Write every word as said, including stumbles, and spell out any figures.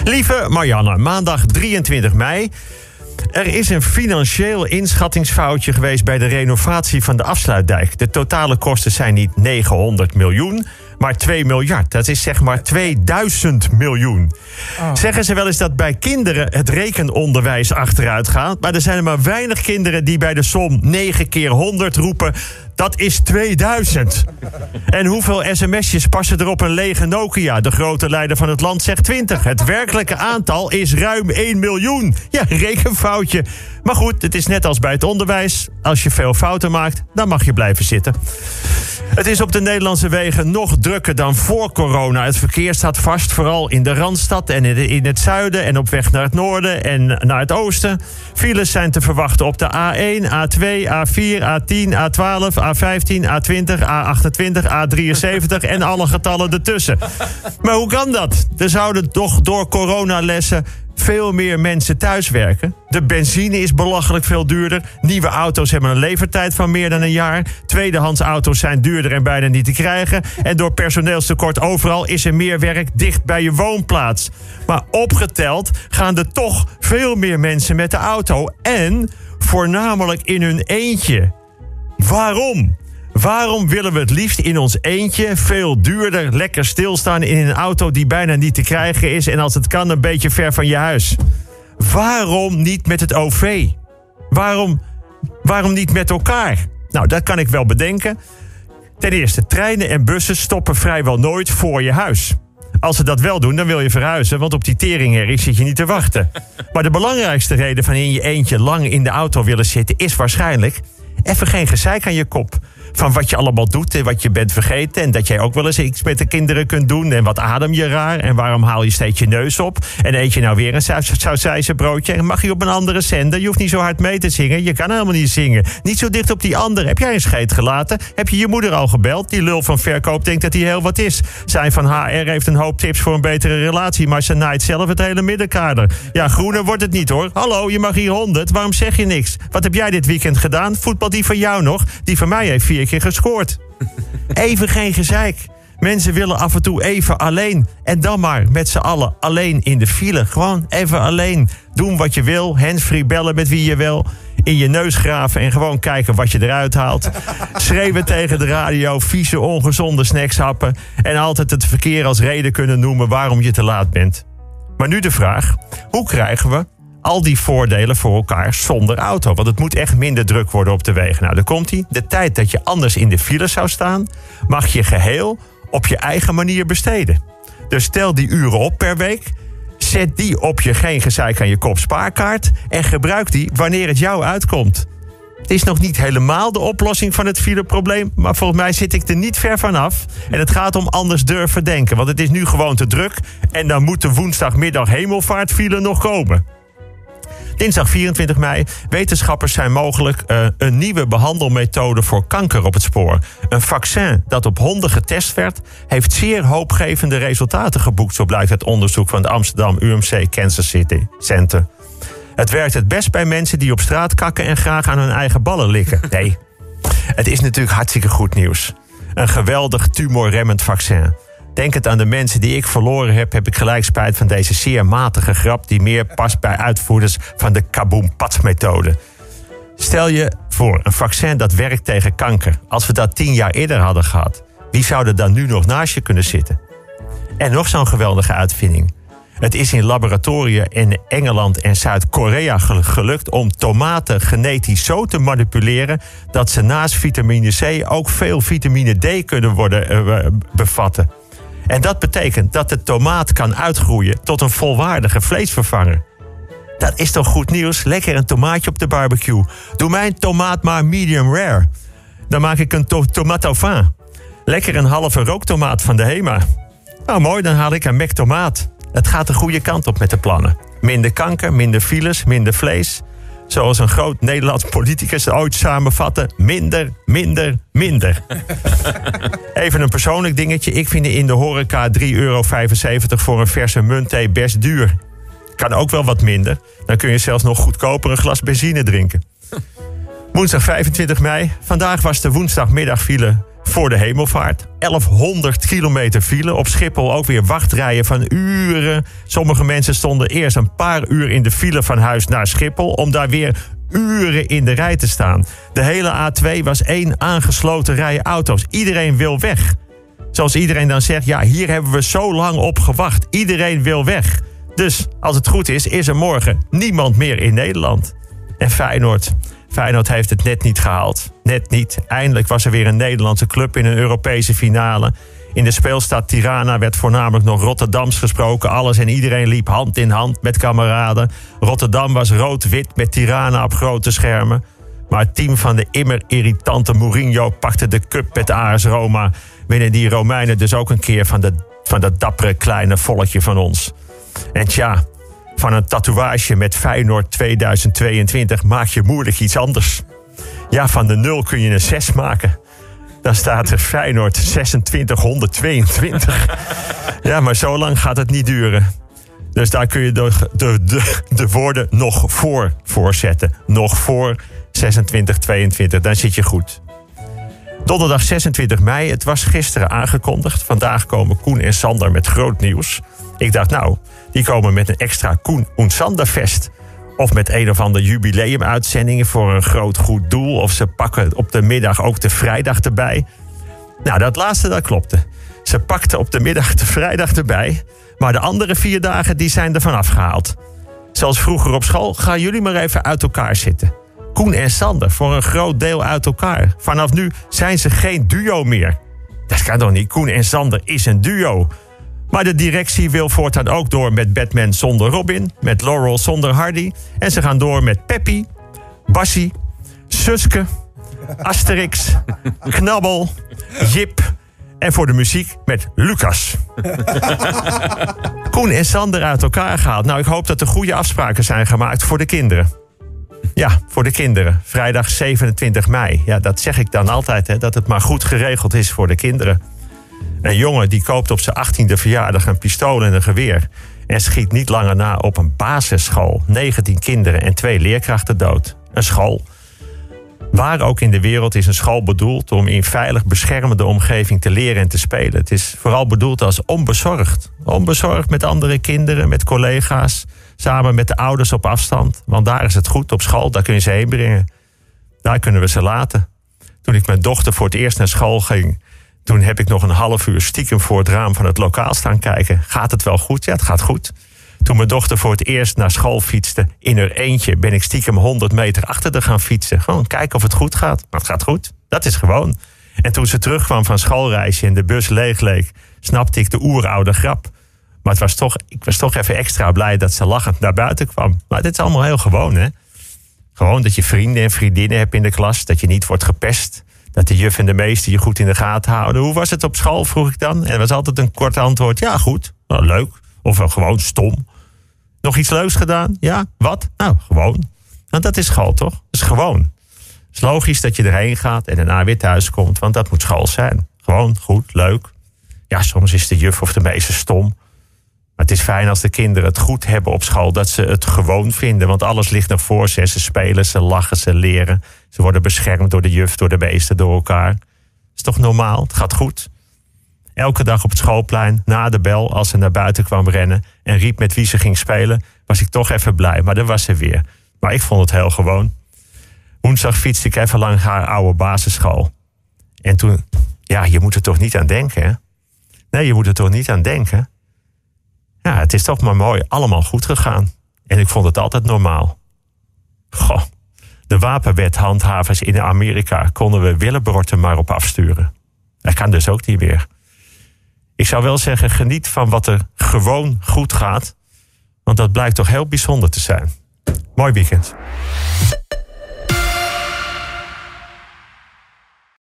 Lieve Marianne, maandag drieëntwintig mei. Er is een financieel inschattingsfoutje geweest bij de renovatie van de afsluitdijk. De totale kosten zijn niet negenhonderd miljoen, maar twee miljard. Dat is zeg maar tweeduizend miljoen. Oh. Zeggen ze wel eens dat bij kinderen het rekenonderwijs achteruit gaat, maar er zijn er maar weinig kinderen die bij de som negen keer honderd roepen. Dat is tweeduizend. En hoeveel sms'jes passen er op een lege Nokia? De grote leider van het land zegt twintig. Het werkelijke aantal is ruim één miljoen. Ja, rekenfoutje. Maar goed, het is net als bij het onderwijs. Als je veel fouten maakt, dan mag je blijven zitten. Het is op de Nederlandse wegen nog drukker dan voor corona. Het verkeer staat vast, vooral in de Randstad en in het zuiden en op weg naar het noorden en naar het oosten. Files zijn te verwachten op de A één, A twee, A vier, A tien, A twaalf, A vijftien, A twintig, A achtentwintig, A drieënzeventig en alle getallen ertussen. Maar hoe kan dat? Er zouden toch door coronalessen veel meer mensen thuiswerken. De benzine is belachelijk veel duurder. Nieuwe auto's hebben een levertijd van meer dan een jaar. Tweedehands auto's zijn duurder en bijna niet te krijgen. En door personeelstekort overal is er meer werk dicht bij je woonplaats. Maar opgeteld gaan er toch veel meer mensen met de auto. En voornamelijk in hun eentje. Waarom? Waarom willen we het liefst in ons eentje veel duurder lekker stilstaan in een auto die bijna niet te krijgen is en als het kan een beetje ver van je huis? Waarom niet met het O V? Waarom, waarom niet met elkaar? Nou, dat kan ik wel bedenken. Ten eerste, treinen en bussen stoppen vrijwel nooit voor je huis. Als ze dat wel doen, dan wil je verhuizen, want op die teringherrie zit je niet te wachten. Maar de belangrijkste reden van in je eentje lang in de auto willen zitten is waarschijnlijk even geen gezeik aan je kop. Van wat je allemaal doet en wat je bent vergeten. En dat jij ook wel eens iets met de kinderen kunt doen. En wat adem je raar. En waarom haal je steeds je neus op. En eet je nou weer een sausijzenbroodje. En mag je op een andere zender. Je hoeft niet zo hard mee te zingen. Je kan helemaal niet zingen. Niet zo dicht op die ander. Heb jij een scheet gelaten? Heb je je moeder al gebeld? Die lul van verkoop denkt dat hij heel wat is. Zijn van H R heeft een hoop tips voor een betere relatie. Maar ze naait zelf het hele middenkader. Ja, groener wordt het niet hoor. Hallo, je mag hier honderd. Waarom zeg je niks? Wat heb jij dit weekend gedaan? Voetbal die van jou nog? Die van mij heeft vier keer gescoord. Even geen gezeik. Mensen willen af en toe even alleen. En dan maar met z'n allen alleen in de file. Gewoon even alleen. Doen wat je wil. Handsfree bellen met wie je wil. In je neus graven en gewoon kijken wat je eruit haalt. Schreeuwen tegen de radio. Vieze, ongezonde snacks happen. En altijd het verkeer als reden kunnen noemen waarom je te laat bent. Maar nu de vraag. Hoe krijgen we al die voordelen voor elkaar zonder auto? Want het moet echt minder druk worden op de wegen. Nou, daar komt-ie. De tijd dat je anders in de file zou staan, mag je geheel op je eigen manier besteden. Dus stel die uren op per week. Zet die op je geen gezeik aan je kop spaarkaart. En gebruik die wanneer het jou uitkomt. Het is nog niet helemaal de oplossing van het fileprobleem. Maar volgens mij zit ik er niet ver vanaf. En het gaat om anders durven denken. Want het is nu gewoon te druk. En dan moet de woensdagmiddag hemelvaartfile nog komen. Dinsdag vierentwintig mei. Wetenschappers zijn mogelijk uh, een nieuwe behandelmethode voor kanker op het spoor. Een vaccin dat op honden getest werd, heeft zeer hoopgevende resultaten geboekt, zo blijkt uit onderzoek van het Amsterdam U M C Cancer City Center. Het werkt het best bij mensen die op straat kakken en graag aan hun eigen ballen likken. Nee, het is natuurlijk hartstikke goed nieuws. Een geweldig tumorremmend vaccin. Denkend aan de mensen die ik verloren heb, heb ik gelijk spijt van deze zeer matige grap die meer past bij uitvoerders van de kaboom-pats-methode. Stel je voor, een vaccin dat werkt tegen kanker. Als we dat tien jaar eerder hadden gehad, wie zou er dan nu nog naast je kunnen zitten? En nog zo'n geweldige uitvinding. Het is in laboratoria in Engeland en Zuid-Korea gelukt om tomaten genetisch zo te manipuleren dat ze naast vitamine C ook veel vitamine D kunnen worden uh, bevatten. En dat betekent dat de tomaat kan uitgroeien tot een volwaardige vleesvervanger. Dat is toch goed nieuws? Lekker een tomaatje op de barbecue. Doe mijn tomaat maar medium rare. Dan maak ik een to- tomato au vin. Lekker een halve rooktomaat van de Hema. Nou mooi, dan haal ik een Mac tomaat. Het gaat de goede kant op met de plannen. Minder kanker, minder files, minder vlees. Zoals een groot Nederlands politicus ooit samenvatte. Minder, minder, minder. Even een persoonlijk dingetje. Ik vind in de horeca drie euro vijfenzeventig voor een verse muntthee best duur. Kan ook wel wat minder. Dan kun je zelfs nog goedkoper een glas benzine drinken. Woensdag vijfentwintig mei. Vandaag was de woensdagmiddagfile voor de hemelvaart. elfhonderd kilometer file. Op Schiphol ook weer wachtrijen van uren. Sommige mensen stonden eerst een paar uur in de file van huis naar Schiphol... om daar weer uren in de rij te staan. De hele A twee was één aangesloten rij auto's. Iedereen wil weg. Zoals iedereen dan zegt, ja, hier hebben we zo lang op gewacht. Iedereen wil weg. Dus als het goed is, is er morgen niemand meer in Nederland. En Feyenoord... Feyenoord heeft het net niet gehaald. Net niet. Eindelijk was er weer een Nederlandse club in een Europese finale. In de speelstad Tirana werd voornamelijk nog Rotterdams gesproken. Alles en iedereen liep hand in hand met kameraden. Rotterdam was rood-wit met Tirana op grote schermen. Maar het team van de immer irritante Mourinho pakte de cup met A S Roma. Winnen die Romeinen dus ook een keer van, de, van dat dappere kleine volkje van ons. En tja... Van een tatoeage met Feyenoord tweeduizend tweeëntwintig maak je moeilijk iets anders. Ja, van de nul kun je een zes maken. Dan staat er Feyenoord zesentwintighonderdtweeëntwintig. Ja, maar zo lang gaat het niet duren. Dus daar kun je de, de, de, de woorden nog voor voorzetten. Nog voor zesentwintig tweeëntwintig, dan zit je goed. Donderdag zesentwintig mei, het was gisteren aangekondigd. Vandaag komen Koen en Sander met groot nieuws. Ik dacht, nou, die komen met een extra Koen en Sander fest. Of met een of andere jubileumuitzendingen voor een groot goed doel. Of ze pakken op de middag ook de vrijdag erbij. Nou, dat laatste, dat klopte. Ze pakten op de middag de vrijdag erbij. Maar de andere vier dagen, die zijn er vanaf gehaald. Zoals vroeger op school, gaan jullie maar even uit elkaar zitten. Koen en Sander, voor een groot deel uit elkaar. Vanaf nu zijn ze geen duo meer. Dat kan toch niet? Koen en Sander is een duo. Maar de directie wil voortaan ook door met Batman zonder Robin, met Laurel zonder Hardy. En ze gaan door met Peppy, Bassie, Suske, Asterix, Knabbel, Jip en voor de muziek met Lucas. Koen en Sander uit elkaar gehaald. Nou, ik hoop dat er goede afspraken zijn gemaakt voor de kinderen. Ja, voor de kinderen. Vrijdag zevenentwintig mei. Ja, dat zeg ik dan altijd, hè, dat het maar goed geregeld is voor de kinderen. Een jongen die koopt op zijn achttiende verjaardag een pistool en een geweer... en schiet niet langer na op een basisschool. negentien kinderen en twee leerkrachten dood. Een school. Waar ook in de wereld is een school bedoeld om in veilig beschermende omgeving te leren en te spelen. Het is vooral bedoeld als onbezorgd. Onbezorgd met andere kinderen, met collega's, samen met de ouders op afstand. Want daar is het goed op school, daar kun je ze heen brengen. Daar kunnen we ze laten. Toen ik mijn dochter voor het eerst naar school ging... toen heb ik nog een half uur stiekem voor het raam van het lokaal staan kijken. Gaat het wel goed? Ja, het gaat goed. Toen mijn dochter voor het eerst naar school fietste in haar eentje... ben ik stiekem honderd meter achter haar gaan fietsen. Gewoon kijken of het goed gaat. Maar het gaat goed. Dat is gewoon. En toen ze terugkwam van schoolreisje en de bus leeg leek... snapte ik de oeroude grap. Maar het was toch, ik was toch even extra blij dat ze lachend naar buiten kwam. Maar dit is allemaal heel gewoon, hè? Gewoon dat je vrienden en vriendinnen hebt in de klas. Dat je niet wordt gepest. Dat de juf en de meester je goed in de gaten houden. Hoe was het op school, vroeg ik dan. En er was altijd een kort antwoord. Ja, goed. Nou, leuk. Of wel gewoon stom. Nog iets leuks gedaan? Ja, wat? Nou, gewoon. Nou, dat is school, toch? Dat is gewoon. Het is logisch dat je erheen gaat en daarna weer thuis komt. Want dat moet school zijn. Gewoon, goed, leuk. Ja, soms is de juf of de meester stom. Maar het is fijn als de kinderen het goed hebben op school. Dat ze het gewoon vinden. Want alles ligt nog voor ze. Ze spelen, ze lachen, ze leren. Ze worden beschermd door de juf, door de meester, door elkaar. Dat is toch normaal? Het gaat goed. Elke dag op het schoolplein, na de bel, als ze naar buiten kwam rennen... en riep met wie ze ging spelen, was ik toch even blij. Maar daar was ze weer. Maar ik vond het heel gewoon. Woensdag fietste ik even langs haar oude basisschool. En toen, ja, je moet er toch niet aan denken, hè? Nee, je moet er toch niet aan denken. Ja, het is toch maar mooi, allemaal goed gegaan. En ik vond het altijd normaal. Goh, de wapenwethandhavers in Amerika konden we Willebrorten maar op afsturen. Dat kan dus ook niet meer. Ik zou wel zeggen, geniet van wat er gewoon goed gaat. Want dat blijkt toch heel bijzonder te zijn. Mooi weekend.